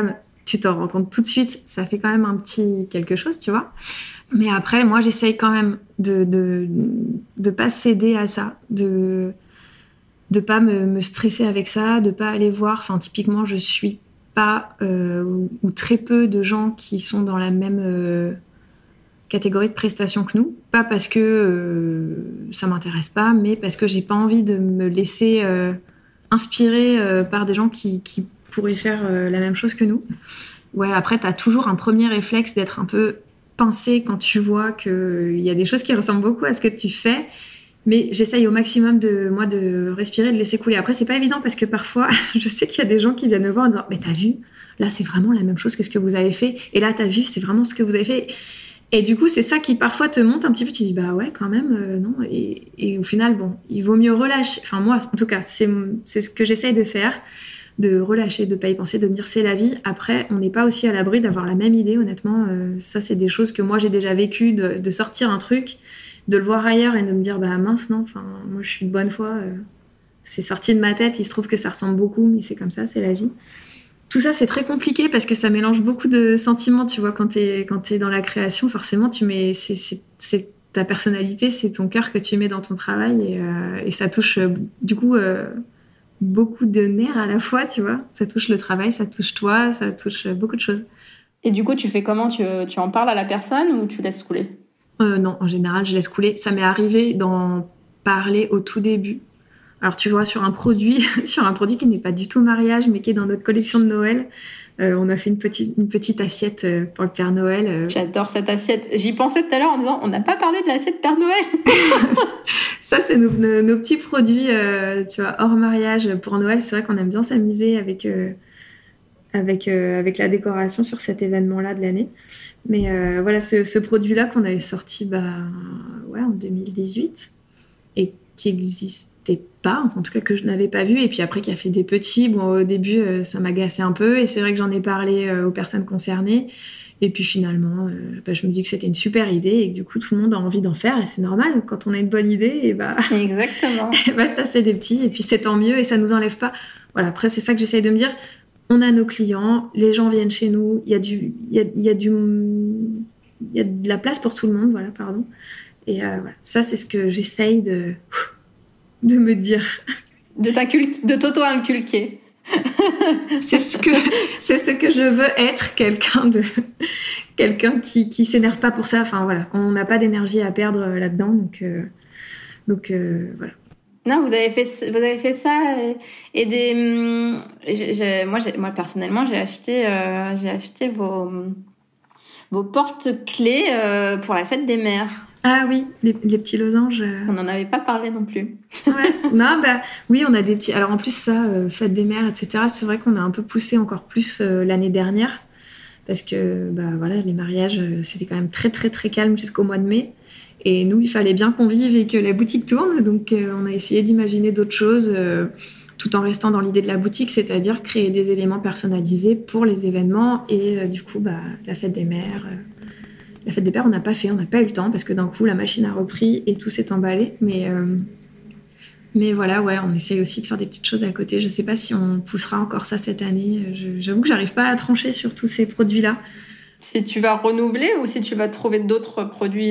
tu t'en rends compte tout de suite. Ça fait quand même un petit quelque chose, tu vois. Mais après, moi, j'essaye quand même de pas céder à ça, de pas me stresser avec ça, de pas aller voir. Enfin, typiquement, je suis pas ou très peu de gens qui sont dans la même catégorie de prestations que nous. Pas parce que ça m'intéresse pas, mais parce que j'ai pas envie de me laisser inspirer par des gens qui pourraient faire la même chose que nous. Ouais, après, t'as toujours un premier réflexe d'être un peu pincé quand tu vois qu'il y a des choses qui ressemblent beaucoup à ce que tu fais. Mais j'essaye au maximum de respirer, de laisser couler. Après, c'est pas évident parce que parfois, je sais qu'il y a des gens qui viennent me voir en disant « Mais t'as vu, là, c'est vraiment la même chose que ce que vous avez fait. Et là, t'as vu, c'est vraiment ce que vous avez fait. » Et du coup, c'est ça qui parfois te monte un petit peu. Tu dis « Bah ouais, quand même, non. » Et au final, bon, il vaut mieux relâcher. Enfin, moi, en tout cas, c'est ce que j'essaye de faire, de relâcher, de pas y penser, de me dire « C'est la vie. » Après, on n'est pas aussi à l'abri d'avoir la même idée, honnêtement. Ça, c'est des choses que moi, j'ai déjà vécues, de sortir un truc, de le voir ailleurs et de me dire bah mince non, enfin moi je suis de bonne foi, c'est sorti de ma tête, il se trouve que ça ressemble beaucoup mais c'est comme ça, c'est la vie. Tout ça c'est très compliqué parce que ça mélange beaucoup de sentiments, tu vois, quand t'es dans la création, forcément tu mets c'est ta personnalité, c'est ton cœur que tu mets dans ton travail et ça touche du coup beaucoup de nerfs à la fois, tu vois, ça touche le travail, ça touche toi, ça touche beaucoup de choses. Et du coup tu fais comment, tu en parles à la personne ou tu laisses couler? Non, en général, je laisse couler. Ça m'est arrivé d'en parler au tout début. Alors, tu vois, sur un produit qui n'est pas du tout mariage, mais qui est dans notre collection de Noël, on a fait une petite assiette pour le Père Noël. J'adore cette assiette. J'y pensais tout à l'heure en disant, on n'a pas parlé de l'assiette Père Noël. Ça, c'est nos petits produits, tu vois, hors mariage pour Noël. C'est vrai qu'on aime bien s'amuser avec la décoration sur cet événement-là de l'année. Mais voilà, ce produit-là qu'on avait sorti en 2018 et qui n'existait pas, en tout cas que je n'avais pas vu, et puis après qui a fait des petits. Bon, au début, ça m'agaçait un peu, et c'est vrai que j'en ai parlé aux personnes concernées. Et puis finalement, je me dis que c'était une super idée et que du coup, tout le monde a envie d'en faire, et c'est normal. Quand on a une bonne idée, Exactement. Ça fait des petits, et puis c'est tant mieux, et ça nous enlève pas. Voilà, après, c'est ça que j'essaye de me dire. On a nos clients, les gens viennent chez nous, il y a de la place pour tout le monde, voilà, pardon. Et voilà, ça c'est ce que j'essaye de me dire. De t'auto-inculquer. c'est ce que je veux être, quelqu'un qui s'énerve pas pour ça. Enfin voilà, on n'a pas d'énergie à perdre là-dedans, donc voilà. Non, vous avez fait ça et moi personnellement j'ai acheté vos porte-clés pour la fête des mères. Ah oui, les petits losanges. On n'en avait pas parlé non plus. Ouais. Non, oui, on a des petits. Alors en plus ça, fête des mères, etc. C'est vrai qu'on a un peu poussé encore plus l'année dernière parce que voilà, les mariages c'était quand même très très très calme jusqu'au mois de mai. Et nous, il fallait bien qu'on vive et que la boutique tourne. Donc, on a essayé d'imaginer d'autres choses tout en restant dans l'idée de la boutique, c'est-à-dire créer des éléments personnalisés pour les événements. Et du coup, la fête des mères. La fête des pères, on n'a pas eu le temps parce que d'un coup, la machine a repris et tout s'est emballé. Mais voilà, ouais, on essaye aussi de faire des petites choses à côté. Je ne sais pas si on poussera encore ça cette année. J'avoue que j'arrive pas à trancher sur tous ces produits-là. Si tu vas renouveler ou si tu vas trouver d'autres produits,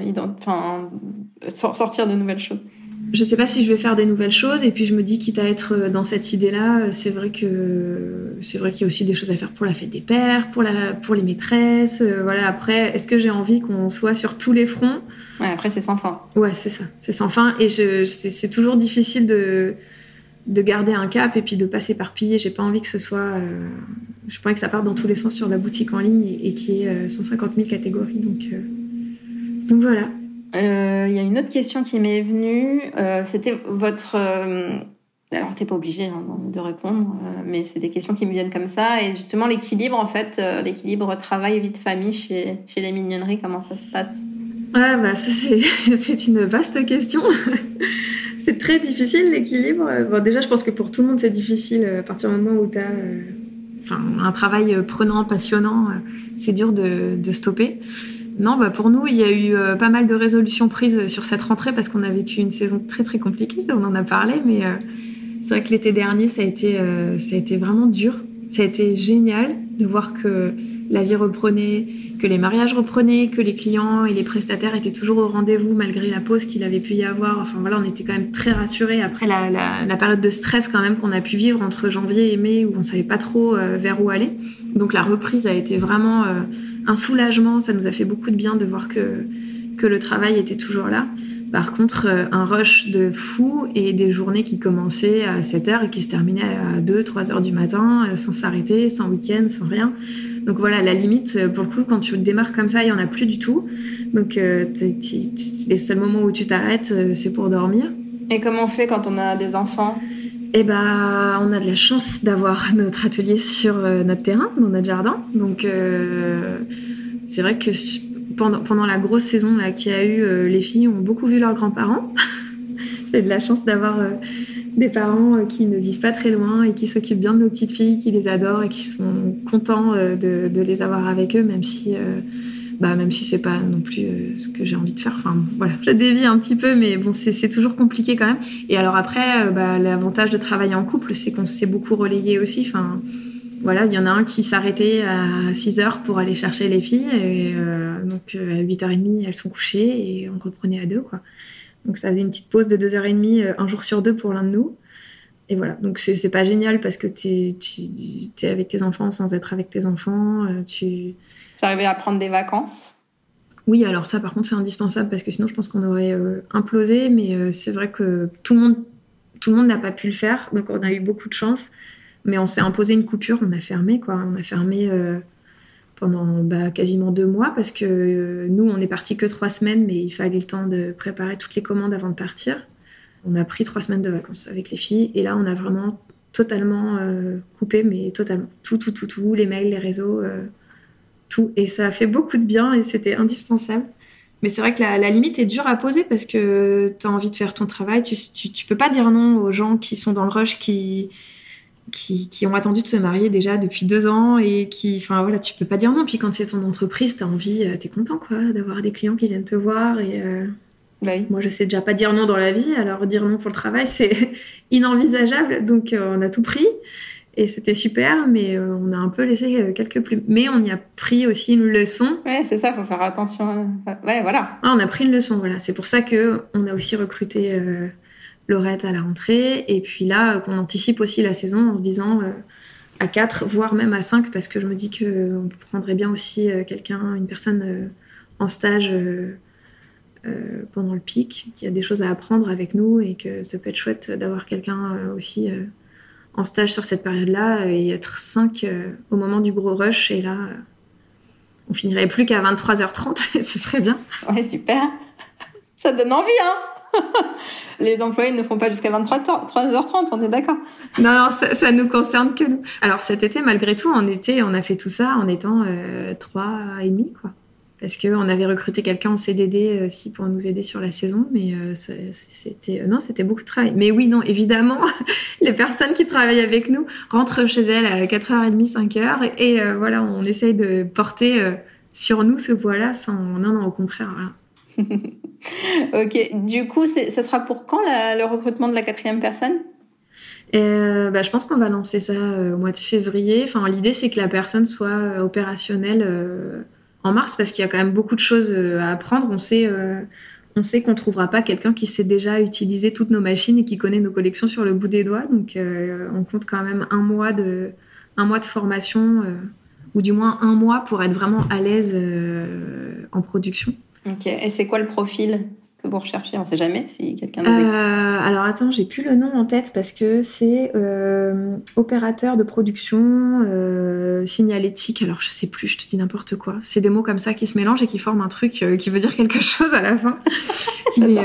sortir de nouvelles choses. Je sais pas si je vais faire des nouvelles choses, et puis je me dis, quitte à être dans cette idée-là, c'est vrai qu'il y a aussi des choses à faire pour la fête des pères, pour les maîtresses. Voilà. Après, est-ce que j'ai envie qu'on soit sur tous les fronts ? Ouais, après c'est sans fin. Ouais, c'est ça, c'est sans fin, et c'est toujours difficile de garder un cap et puis de pas s'éparpiller. J'ai pas envie que ce soit je pourrais que ça parte dans tous les sens sur la boutique en ligne et qu'il y ait 150 000 catégories, donc voilà. Il y a une autre question qui m'est venue, c'était votre alors t'es pas obligé de répondre, mais c'est des questions qui me viennent comme ça, et justement l'équilibre en fait, l'équilibre travail vie de famille chez les Mignonneries, comment ça se passe? Ça c'est une vaste question. C'est très difficile l'équilibre. Bon, déjà, je pense que pour tout le monde, c'est difficile à partir du moment où tu as un travail prenant, passionnant. C'est dur de stopper. Non, pour nous, il y a eu pas mal de résolutions prises sur cette rentrée parce qu'on a vécu une saison très très compliquée. On en a parlé, mais c'est vrai que l'été dernier, ça a été vraiment dur. Ça a été génial. de voir que la vie reprenait, que les mariages reprenaient, que les clients et les prestataires étaient toujours au rendez-vous malgré la pause qu'il avait pu y avoir. Enfin voilà, on était quand même très rassurés après la période de stress quand même qu'on a pu vivre entre janvier et mai où on savait pas trop vers où aller. Donc la reprise a été vraiment un soulagement. Ça nous a fait beaucoup de bien de voir que le travail était toujours là. Par contre, un rush de fou et des journées qui commençaient à 7h et qui se terminaient à 2-3 heures du matin, sans s'arrêter, sans week-end, sans rien. Donc voilà, la limite, pour le coup, quand tu démarres comme ça, il n'y en a plus du tout. Donc les seuls moments où tu t'arrêtes, c'est pour dormir. Et comment on fait quand on a des enfants ? Eh ben, on a de la chance d'avoir notre atelier sur notre terrain, dans notre jardin. Donc c'est vrai que pendant la grosse saison là, qu'il y a eu, les filles ont beaucoup vu leurs grands-parents. J'ai de la chance d'avoir des parents qui ne vivent pas très loin et qui s'occupent bien de nos petites filles, qui les adorent et qui sont contents de les avoir avec eux, même si c'est pas non plus ce que j'ai envie de faire. Enfin voilà, je dévie un petit peu, mais bon, c'est toujours compliqué quand même. Et alors après, l'avantage de travailler en couple, c'est qu'on s'est beaucoup relayé aussi. Enfin voilà, il y en a un qui s'arrêtait à 6h pour aller chercher les filles. Et donc, à 8h30, elles sont couchées et on reprenait à 2, quoi. Donc, ça faisait une petite pause de 2h30, un jour sur 2 pour l'un de nous. Et voilà, donc c'est pas génial parce que t'es avec tes enfants sans être avec tes enfants. Tu arrivais à prendre des vacances ? Oui, alors ça, par contre, c'est indispensable parce que sinon, je pense qu'on aurait implosé. Mais c'est vrai que tout le monde n'a pas pu le faire. Donc, on a eu beaucoup de chance. Mais on s'est imposé une coupure, on a fermé, quoi. On a fermé pendant quasiment 2 mois parce que nous, on est partis que 3 semaines, mais il fallait le temps de préparer toutes les commandes avant de partir. On a pris 3 semaines de vacances avec les filles et là, on a vraiment totalement coupé, mais totalement. Tout, les mails, les réseaux, tout. Et ça a fait beaucoup de bien et c'était indispensable. Mais c'est vrai que la limite est dure à poser parce que tu as envie de faire ton travail. Tu peux pas dire non aux gens qui sont dans le rush, qui ont attendu de se marier déjà depuis 2 ans et enfin voilà, tu peux pas dire non. Puis quand c'est ton entreprise, t'as envie, t'es content quoi, d'avoir des clients qui viennent te voir et oui. Moi je sais déjà pas dire non dans la vie, alors dire non pour le travail c'est inenvisageable. Donc on a tout pris et c'était super, mais on a un peu laissé quelques plumes. Mais on y a pris aussi une leçon. Ouais, c'est ça, faut faire attention. Ouais, voilà. On a pris une leçon, voilà. C'est pour ça que on a aussi recruté Laurette à la rentrée, et puis là qu'on anticipe aussi la saison en se disant à 4 voire même à 5 parce que je me dis qu'on prendrait bien aussi une personne en stage pendant le pic, qui a des choses à apprendre avec nous et que ça peut être chouette d'avoir quelqu'un aussi en stage sur cette période-là et être 5 au moment du gros rush, et là on finirait plus qu'à 23h30 et ce serait bien. Ouais, super, ça donne envie, hein. Les employés ne font pas jusqu'à 23h30, on est d'accord? Non, ça nous concerne que nous. Alors cet été, malgré tout, on a fait tout ça en étant 3,5, quoi. Parce qu'on avait recruté quelqu'un en CDD aussi pour nous aider sur la saison, mais c'était beaucoup de travail. Mais oui, non, évidemment, les personnes qui travaillent avec nous rentrent chez elles à 4h30, 5h, et voilà, on essaye de porter sur nous ce poids-là sans... Non, au contraire, voilà. Ok, du coup, ça sera pour quand le recrutement de la 4e personne? Je pense qu'on va lancer ça au mois de février. Enfin, l'idée, c'est que la personne soit opérationnelle en mars, parce qu'il y a quand même beaucoup de choses à apprendre. On sait qu'on ne trouvera pas quelqu'un qui sait déjà utiliser toutes nos machines et qui connaît nos collections sur le bout des doigts. Donc, on compte quand même un mois de formation, ou du moins 1 mois pour être vraiment à l'aise en production. Ok, et c'est quoi le profil que vous recherchez? On ne sait jamais si quelqu'un... Alors attends, j'ai plus le nom en tête parce que c'est opérateur de production, signalétique. Alors je sais plus, je te dis n'importe quoi. C'est des mots comme ça qui se mélangent et qui forment un truc qui veut dire quelque chose à la fin. Mais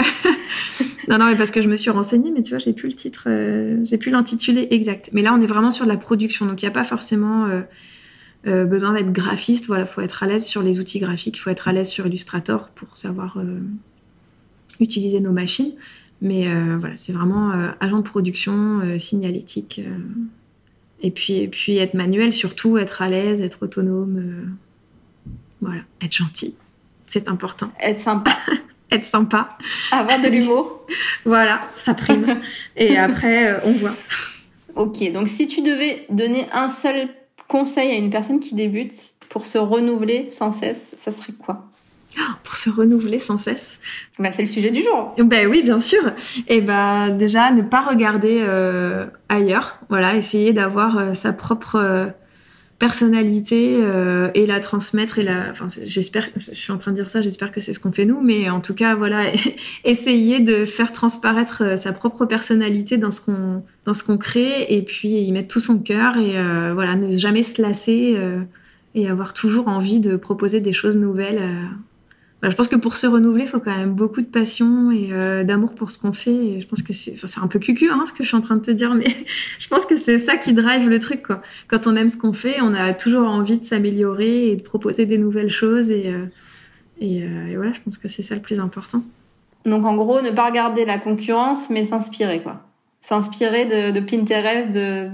non, mais parce que je me suis renseignée, mais tu vois, j'ai plus le titre, j'ai plus l'intitulé exact. Mais là, on est vraiment sur de la production, donc il n'y a pas forcément... besoin d'être graphiste, voilà, faut être à l'aise sur les outils graphiques, il faut être à l'aise sur Illustrator pour savoir utiliser nos machines, mais voilà, c'est vraiment agent de production, signalétique, et puis être manuel, surtout être à l'aise, être autonome, voilà, être gentil, c'est important. Être sympa. Être sympa. Avoir de l'humour. Voilà, ça prime. Et après, on voit. Ok, donc si tu devais donner un seul conseil à une personne qui débute pour se renouveler sans cesse, ça serait quoi ? Pour se renouveler sans cesse. C'est le sujet du jour. Oui, bien sûr. Et déjà, ne pas regarder ailleurs. Voilà, essayer d'avoir sa propre personnalité et la transmettre. J'espère, je suis en train de dire ça, j'espère que c'est ce qu'on fait nous, mais en tout cas, voilà, essayer de faire transparaître sa propre personnalité dans ce qu'on crée et puis y mettre tout son cœur et voilà, ne jamais se lasser et avoir toujours envie de proposer des choses nouvelles. Je pense que pour se renouveler, il faut quand même beaucoup de passion et d'amour pour ce qu'on fait. Et je pense que c'est un peu cucu, ce que je suis en train de te dire, mais je pense que c'est ça qui drive le truc, quoi. Quand on aime ce qu'on fait, on a toujours envie de s'améliorer et de proposer des nouvelles choses. Et voilà, je pense que c'est ça le plus important. Donc en gros, ne pas regarder la concurrence, mais s'inspirer, quoi. S'inspirer de Pinterest,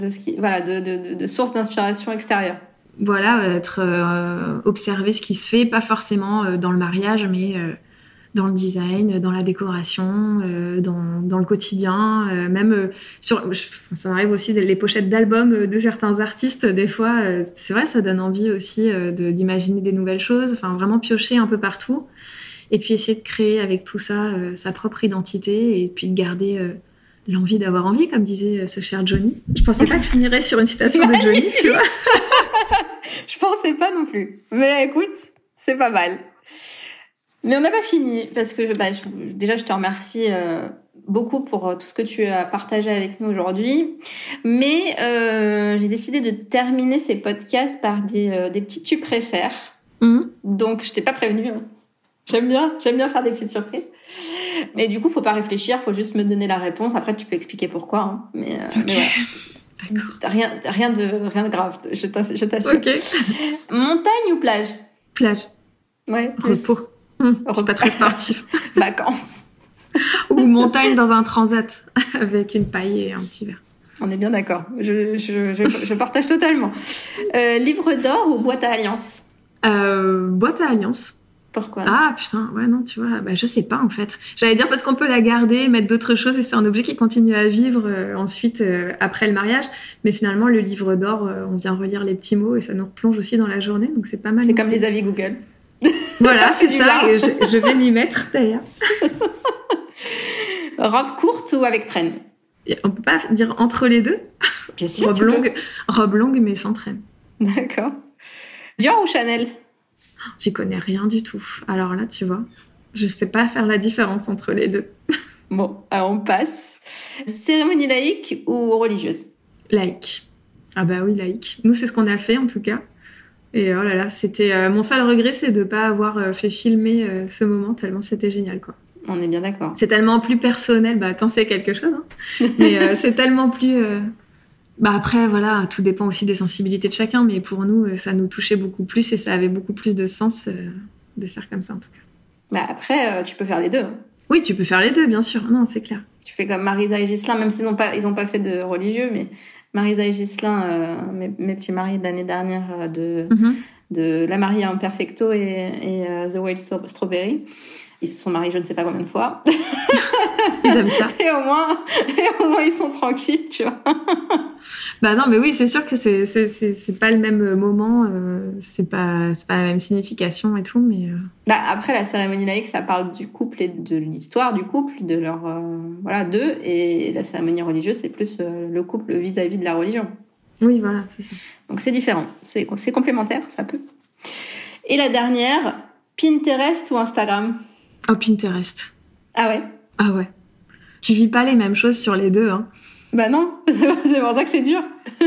de sources d'inspiration extérieures. Voilà, observer ce qui se fait, pas forcément dans le mariage, mais dans le design, dans la décoration, dans le quotidien, même ça m'arrive aussi les pochettes d'albums de certains artistes, des fois, c'est vrai, ça donne envie aussi d'imaginer des nouvelles choses, enfin vraiment piocher un peu partout, et puis essayer de créer avec tout ça sa propre identité, et puis de garder l'envie d'avoir envie, comme disait ce cher Johnny. Je pensais pas que je finirais sur une citation de Johnny, tu vois. Je pensais pas non plus. Mais écoute, c'est pas mal. Mais on n'a pas fini, parce que déjà, je te remercie beaucoup pour tout ce que tu as partagé avec nous aujourd'hui. Mais j'ai décidé de terminer ces podcasts par des petits tu préfères. Donc, je t'ai pas prévenue. J'aime bien faire des petites surprises. Et du coup, faut pas réfléchir, faut juste me donner la réponse. Après, tu peux expliquer pourquoi. Mais voilà. Rien de grave, je t'assure. Okay. Montagne ou plage ? Plage. Ouais. Repos. Je suis pas très sportif. Vacances. Ou montagne dans un transat avec une paille et un petit verre. On est bien d'accord. Je partage totalement. Livre d'or ou boîte à alliance ? Boîte à alliance. Pourquoi ? Ah putain, ouais non, tu vois, je sais pas en fait. J'allais dire parce qu'on peut la garder, mettre d'autres choses et c'est un objet qui continue à vivre ensuite après le mariage. Mais finalement, le livre d'or, on vient relire les petits mots et ça nous replonge aussi dans la journée, donc c'est pas mal. C'est comme les avis Google. Voilà, c'est ça. Et je vais m'y mettre d'ailleurs. Robe courte ou avec traîne ? On peut pas dire entre les deux. Bien sûr. Robe longue mais sans traîne. D'accord. Dior ou Chanel ? J'y connais rien du tout. Alors là, tu vois, je sais pas faire la différence entre les deux. Bon, alors on passe. Cérémonie laïque ou religieuse ? Laïque. Ah bah oui, laïque. Nous, c'est ce qu'on a fait en tout cas. Et oh là là, c'était mon seul regret, c'est de pas avoir fait filmer ce moment tellement c'était génial, quoi. On est bien d'accord. C'est tellement plus personnel. T'en sais quelque chose, mais c'est tellement plus. Après, voilà, tout dépend aussi des sensibilités de chacun, mais pour nous, ça nous touchait beaucoup plus et ça avait beaucoup plus de sens de faire comme ça, en tout cas. Après, tu peux faire les deux. Oui, tu peux faire les deux, bien sûr. Non, c'est clair. Tu fais comme Marisa et Ghislain, même s'ils n'ont pas fait de religieux, mais Marisa et Ghislain, mes petits maris de l'année dernière de La mariée en perfecto et The Wild Strawberry. Ils se sont mariés je ne sais pas combien de fois. Ils aiment ça. Et au moins ils sont tranquilles, tu vois. Non, mais oui, c'est sûr que c'est pas le même moment, c'est pas la même signification et tout, mais... Après, la cérémonie laïque, ça parle du couple et de l'histoire du couple, de leur... d'eux. Et la cérémonie religieuse, c'est plus le couple vis-à-vis de la religion. Oui, voilà, c'est ça. Donc c'est différent. C'est complémentaire, ça peut. Et la dernière, Pinterest ou Instagram ? Oh, Pinterest. Ah ouais ? Ah ouais. Tu vis pas les mêmes choses sur les deux, Non, c'est pour ça que c'est dur.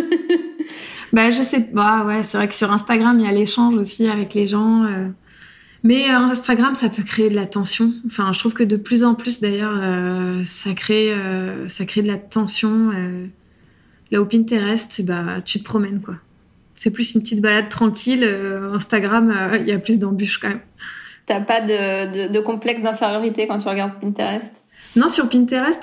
Je sais pas, ouais, c'est vrai que sur Instagram, il y a l'échange aussi avec les gens. Mais Instagram, ça peut créer de la tension. Enfin, je trouve que de plus en plus, d'ailleurs, ça crée de la tension. Là, au Pinterest, tu te promènes, quoi. C'est plus une petite balade tranquille. Instagram, il y a plus d'embûches, quand même. T'as pas de complexe d'infériorité quand tu regardes Pinterest ? Non, sur Pinterest,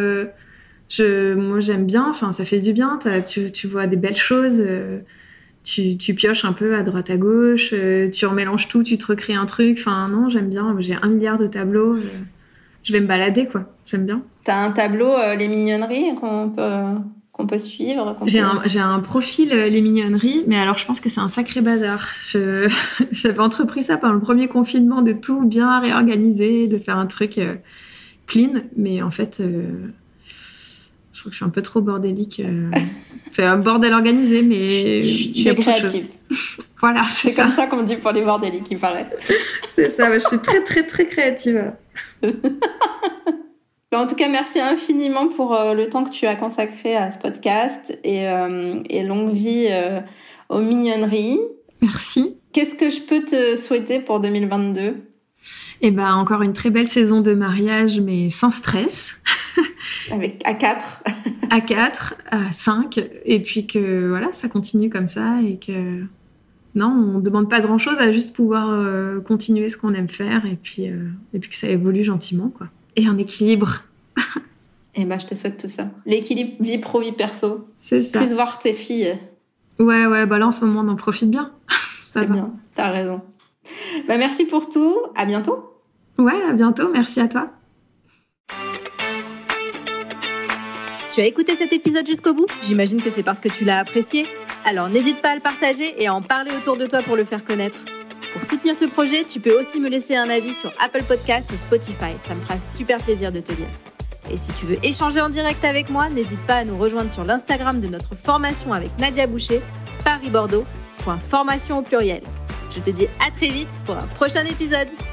moi j'aime bien, enfin ça fait du bien, tu vois des belles choses, tu pioches un peu à droite à gauche, tu remélanges tout, tu te recrées un truc, enfin non, j'aime bien, j'ai 1 milliard de tableaux, je vais me balader, quoi, j'aime bien. T'as un tableau, les mignonneries, qu'on qu'on peut suivre? J'ai un profil Les Mignonneries, mais alors je pense que c'est un sacré bazar. J'avais entrepris ça pendant le premier confinement, de tout bien réorganiser, de faire un truc clean, mais en fait, je crois que je suis un peu trop bordélique. C'est un bordel organisé, mais il y a beaucoup de choses. Voilà, c'est comme ça qu'on dit pour les bordéliques, il paraît. C'est ça, je suis très, très, très créative. En tout cas, merci infiniment pour le temps que tu as consacré à ce podcast et longue vie aux Mignonneries. Merci. Qu'est-ce que je peux te souhaiter pour 2022 ? Eh ben, encore une très belle saison de mariage, mais sans stress. À 4. À 4, à 5. Et puis que voilà, ça continue comme ça et que... Non, on ne demande pas grand-chose, à juste pouvoir continuer ce qu'on aime faire et puis que ça évolue gentiment, quoi. Et en équilibre. Eh ben, je te souhaite tout ça. L'équilibre vie pro, vie perso. C'est ça. Plus voir tes filles. Ouais, là, en ce moment, on en profite bien. C'est bien, t'as raison. Merci pour tout. À bientôt. Ouais, à bientôt. Merci à toi. Si tu as écouté cet épisode jusqu'au bout, j'imagine que c'est parce que tu l'as apprécié. Alors n'hésite pas à le partager et à en parler autour de toi pour le faire connaître. Pour soutenir ce projet, tu peux aussi me laisser un avis sur Apple Podcasts ou Spotify. Ça me fera super plaisir de te lire. Et si tu veux échanger en direct avec moi, n'hésite pas à nous rejoindre sur l'Instagram de notre formation avec Nadia Boucher, Paris-Bordeaux.formation au pluriel. Je te dis à très vite pour un prochain épisode.